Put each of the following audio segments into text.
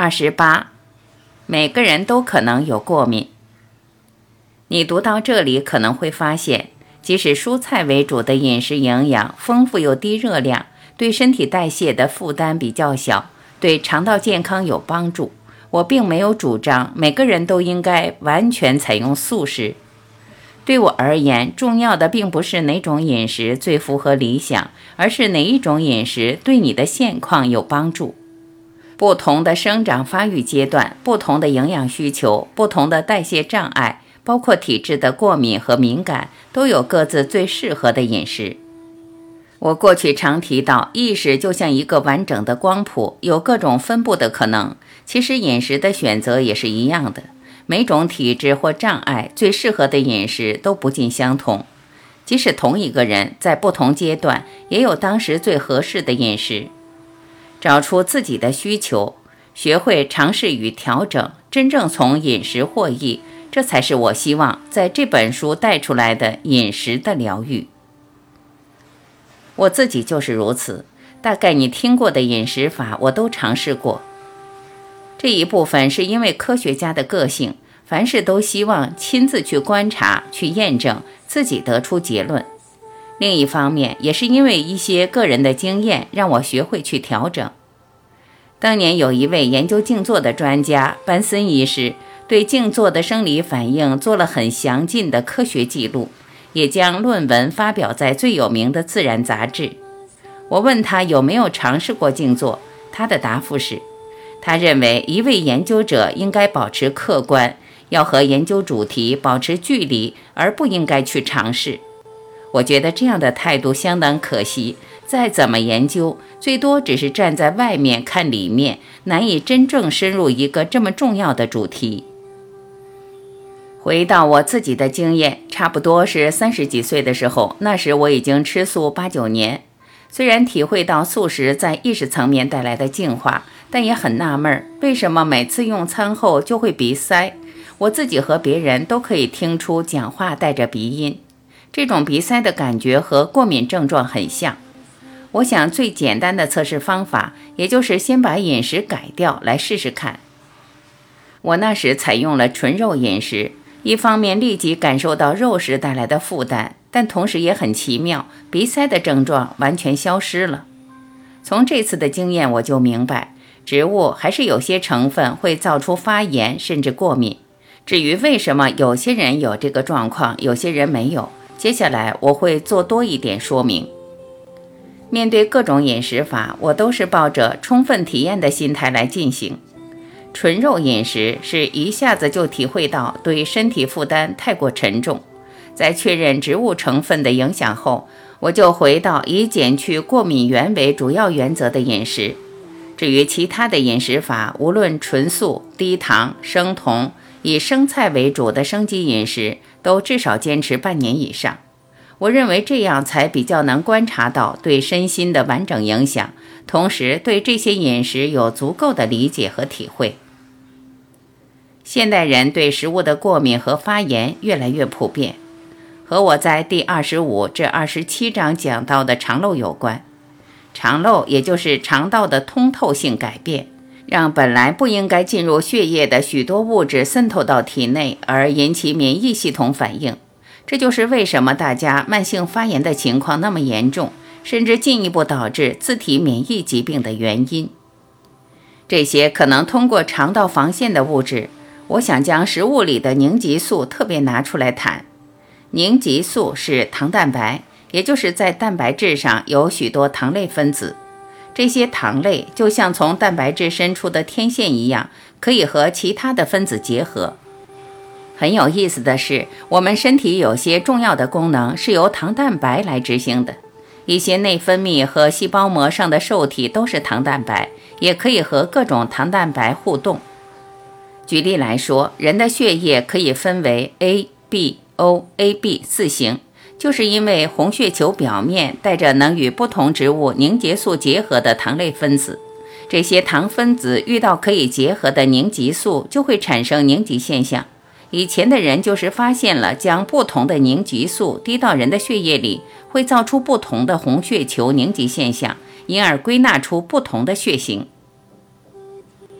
28. 每个人都可能有过敏。你读到这里可能会发现，即使蔬菜为主的饮食营养丰富又低热量，对身体代谢的负担比较小，对肠道健康有帮助。我并没有主张每个人都应该完全采用素食。对我而言，重要的并不是哪种饮食最符合理想，而是哪一种饮食对你的现况有帮助。不同的生长发育阶段，不同的营养需求，不同的代谢障碍，包括体质的过敏和敏感，都有各自最适合的饮食。我过去常提到，意识就像一个完整的光谱，有各种分布的可能。其实饮食的选择也是一样的，每种体质或障碍最适合的饮食都不尽相同。即使同一个人在不同阶段，也有当时最合适的饮食。找出自己的需求，学会尝试与调整，真正从饮食获益，这才是我希望在这本书带出来的饮食的疗愈。我自己就是如此，大概你听过的饮食法我都尝试过。这一部分是因为科学家的个性，凡事都希望亲自去观察、去验证，自己得出结论。另一方面，也是因为一些个人的经验，让我学会去调整。当年有一位研究静坐的专家班森医师，对静坐的生理反应做了很详尽的科学记录，也将论文发表在最有名的《自然》杂志。我问他有没有尝试过静坐，他的答复是，他认为一位研究者应该保持客观，要和研究主题保持距离，而不应该去尝试。我觉得这样的态度相当可惜，再怎么研究，最多只是站在外面看里面，难以真正深入一个这么重要的主题。回到我自己的经验，差不多是30几岁的时候，那时我已经吃素8、9年。虽然体会到素食在意识层面带来的净化，但也很纳闷，为什么每次用餐后就会鼻塞？我自己和别人都可以听出讲话带着鼻音。这种鼻塞的感觉和过敏症状很像。我想最简单的测试方法，也就是先把饮食改掉来试试看。我那时采用了纯肉饮食，一方面立即感受到肉食带来的负担，但同时也很奇妙，鼻塞的症状完全消失了。从这次的经验我就明白，植物还是有些成分会造出发炎甚至过敏。至于为什么有些人有这个状况，有些人没有，接下来我会做多一点说明。面对各种饮食法，我都是抱着充分体验的心态来进行。纯肉饮食是一下子就体会到对身体负担太过沉重，在确认植物成分的影响后，我就回到以减去过敏源为主要原则的饮食。至于其他的饮食法，无论纯素、低糖、生酮，以生菜为主的生机饮食，都至少坚持半年以上。我认为这样才比较能观察到对身心的完整影响，同时对这些饮食有足够的理解和体会。现代人对食物的过敏和发炎越来越普遍，和我在第25至27章讲到的肠漏有关。肠漏也就是肠道的通透性改变，让本来不应该进入血液的许多物质渗透到体内，而引起免疫系统反应。这就是为什么大家慢性发炎的情况那么严重，甚至进一步导致自体免疫疾病的原因。这些可能通过肠道防线的物质，我想将食物里的凝集素特别拿出来谈。凝集素是糖蛋白，也就是在蛋白质上有许多糖类分子。这些糖类就像从蛋白质伸出的天线一样，可以和其他的分子结合。很有意思的是，我们身体有些重要的功能是由糖蛋白来执行的。一些内分泌和细胞膜上的受体都是糖蛋白，也可以和各种糖蛋白互动。举例来说，人的血液可以分为 A、B、O、AB 4型，就是因为红血球表面带着能与不同植物凝结素结合的糖类分子。这些糖分子遇到可以结合的凝集素，就会产生凝集现象。以前的人就是发现了将不同的凝集素滴到人的血液里，会造出不同的红血球凝集现象，因而归纳出不同的血型。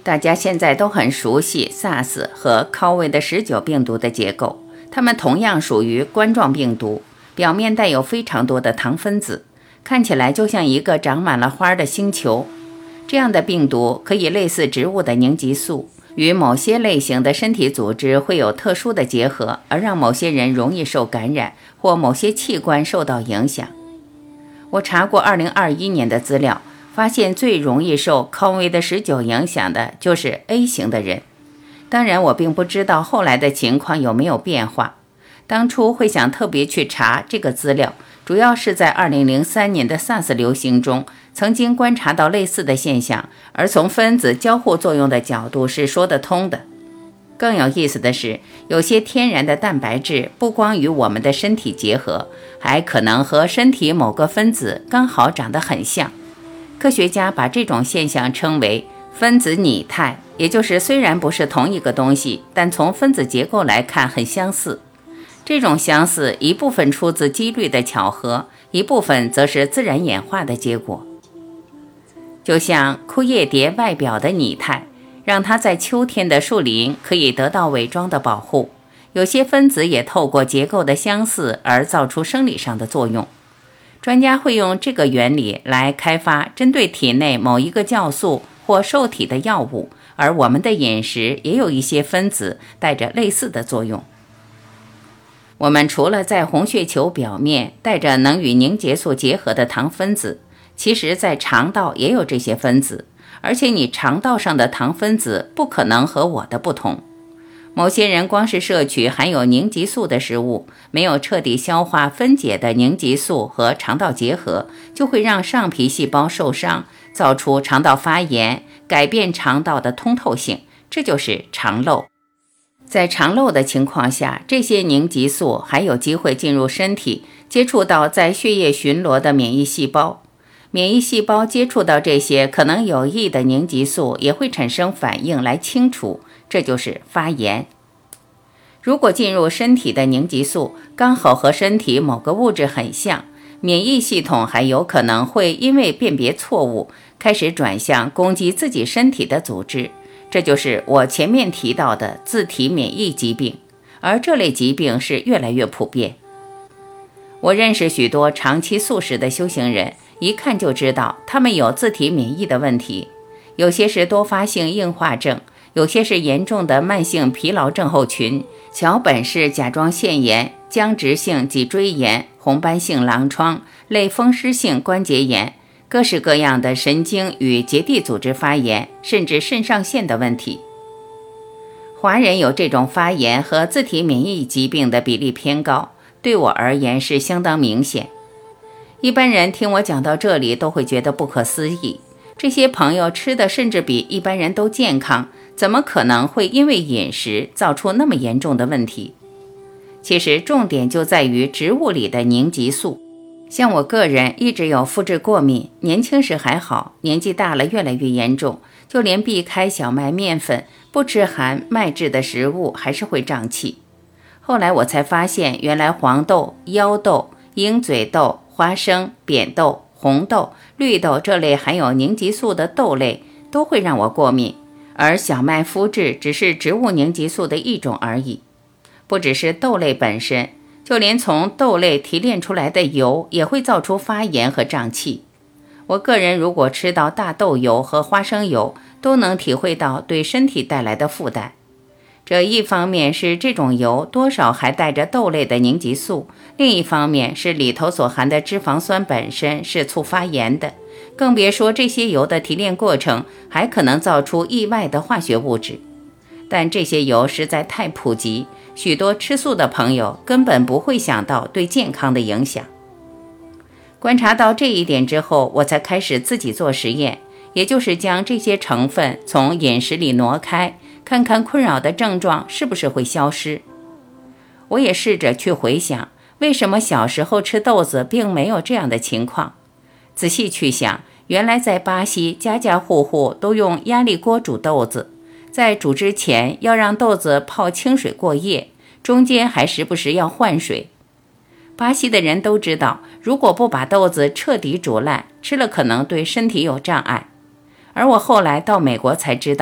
大家现在都很熟悉 SARS 和 COVID-19 病毒的结构，它们同样属于冠状病毒，表面带有非常多的糖分子，看起来就像一个长满了花的星球。这样的病毒可以类似植物的凝集素，与某些类型的身体组织会有特殊的结合，而让某些人容易受感染，或某些器官受到影响。我查过2021年的资料，发现最容易受 COVID-19 影响的就是 A 型的人。当然，我并不知道后来的情况有没有变化。当初会想特别去查这个资料，主要是在2003年的 SARS 流行中，曾经观察到类似的现象，而从分子交互作用的角度是说得通的。更有意思的是，有些天然的蛋白质不光与我们的身体结合，还可能和身体某个分子刚好长得很像。科学家把这种现象称为分子拟态，也就是虽然不是同一个东西，但从分子结构来看很相似。这种相似一部分出自几率的巧合，一部分则是自然演化的结果。就像枯叶蝶外表的拟态，让它在秋天的树林可以得到伪装的保护，有些分子也透过结构的相似而造出生理上的作用。专家会用这个原理来开发针对体内某一个酵素或受体的药物，而我们的饮食也有一些分子带着类似的作用。我们除了在红血球表面带着能与凝结素结合的糖分子，其实在肠道也有这些分子，而且你肠道上的糖分子不可能和我的不同。某些人光是摄取含有凝集素的食物，没有彻底消化分解的凝集素和肠道结合，就会让上皮细胞受伤，造出肠道发炎，改变肠道的通透性，这就是肠漏。在肠漏的情况下，这些凝集素还有机会进入身体，接触到在血液巡逻的免疫细胞。免疫细胞接触到这些可能有益的凝集素，也会产生反应来清除，这就是发炎。如果进入身体的凝集素刚好和身体某个物质很像，免疫系统还有可能会因为辨别错误，开始转向攻击自己身体的组织。这就是我前面提到的自体免疫疾病，而这类疾病是越来越普遍。我认识许多长期素食的修行人，一看就知道他们有自体免疫的问题，有些是多发性硬化症，有些是严重的慢性疲劳症候群、桥本氏甲状腺炎、僵直性脊椎炎、红斑性狼疮、类风湿性关节炎，各式各样的神经与结缔组织发炎，甚至肾上腺的问题。华人有这种发炎和自体免疫疾病的比例偏高，对我而言是相当明显。一般人听我讲到这里都会觉得不可思议，这些朋友吃的甚至比一般人都健康，怎么可能会因为饮食造出那么严重的问题？其实重点就在于植物里的凝集素。像我个人一直有肤质过敏，年轻时还好，年纪大了越来越严重，就连避开小麦面粉，不吃含麦质的食物还是会胀气。后来我才发现，原来黄豆、腰豆、鹰嘴豆、花生、扁豆、红豆、绿豆这类含有凝集素的豆类都会让我过敏，而小麦麸质只是植物凝集素的一种而已。不只是豆类本身，就连从豆类提炼出来的油也会造出发炎和胀气。我个人如果吃到大豆油和花生油，都能体会到对身体带来的负担。这一方面是这种油多少还带着豆类的凝集素，另一方面是里头所含的脂肪酸本身是促发炎的，更别说这些油的提炼过程还可能造出意外的化学物质。但这些油实在太普及，许多吃素的朋友根本不会想到对健康的影响。观察到这一点之后，我才开始自己做实验，也就是将这些成分从饮食里挪开，看看困扰的症状是不是会消失。我也试着去回想，为什么小时候吃豆子并没有这样的情况。仔细去想，原来在巴西家家户户都用压力锅煮豆子，在煮之前要让豆子泡清水过夜，中间还时不时要换水。巴西的人都知道，如果不把豆子彻底煮烂，吃了可能对身体有障碍。而我后来到美国才知道，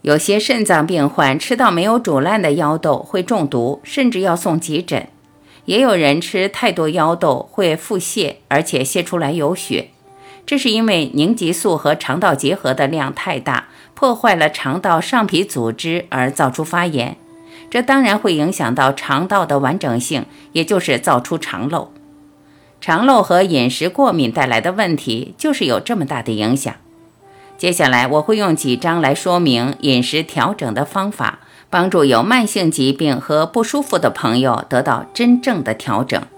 有些肾脏病患吃到没有煮烂的腰豆会中毒，甚至要送急诊。也有人吃太多腰豆会腹泻，而且泻出来有血。这是因为凝集素和肠道结合的量太大，破坏了肠道上皮组织而造出发炎。这当然会影响到肠道的完整性，也就是造出肠漏。肠漏和饮食过敏带来的问题就是有这么大的影响。接下来我会用几章来说明饮食调整的方法，帮助有慢性疾病和不舒服的朋友得到真正的调整。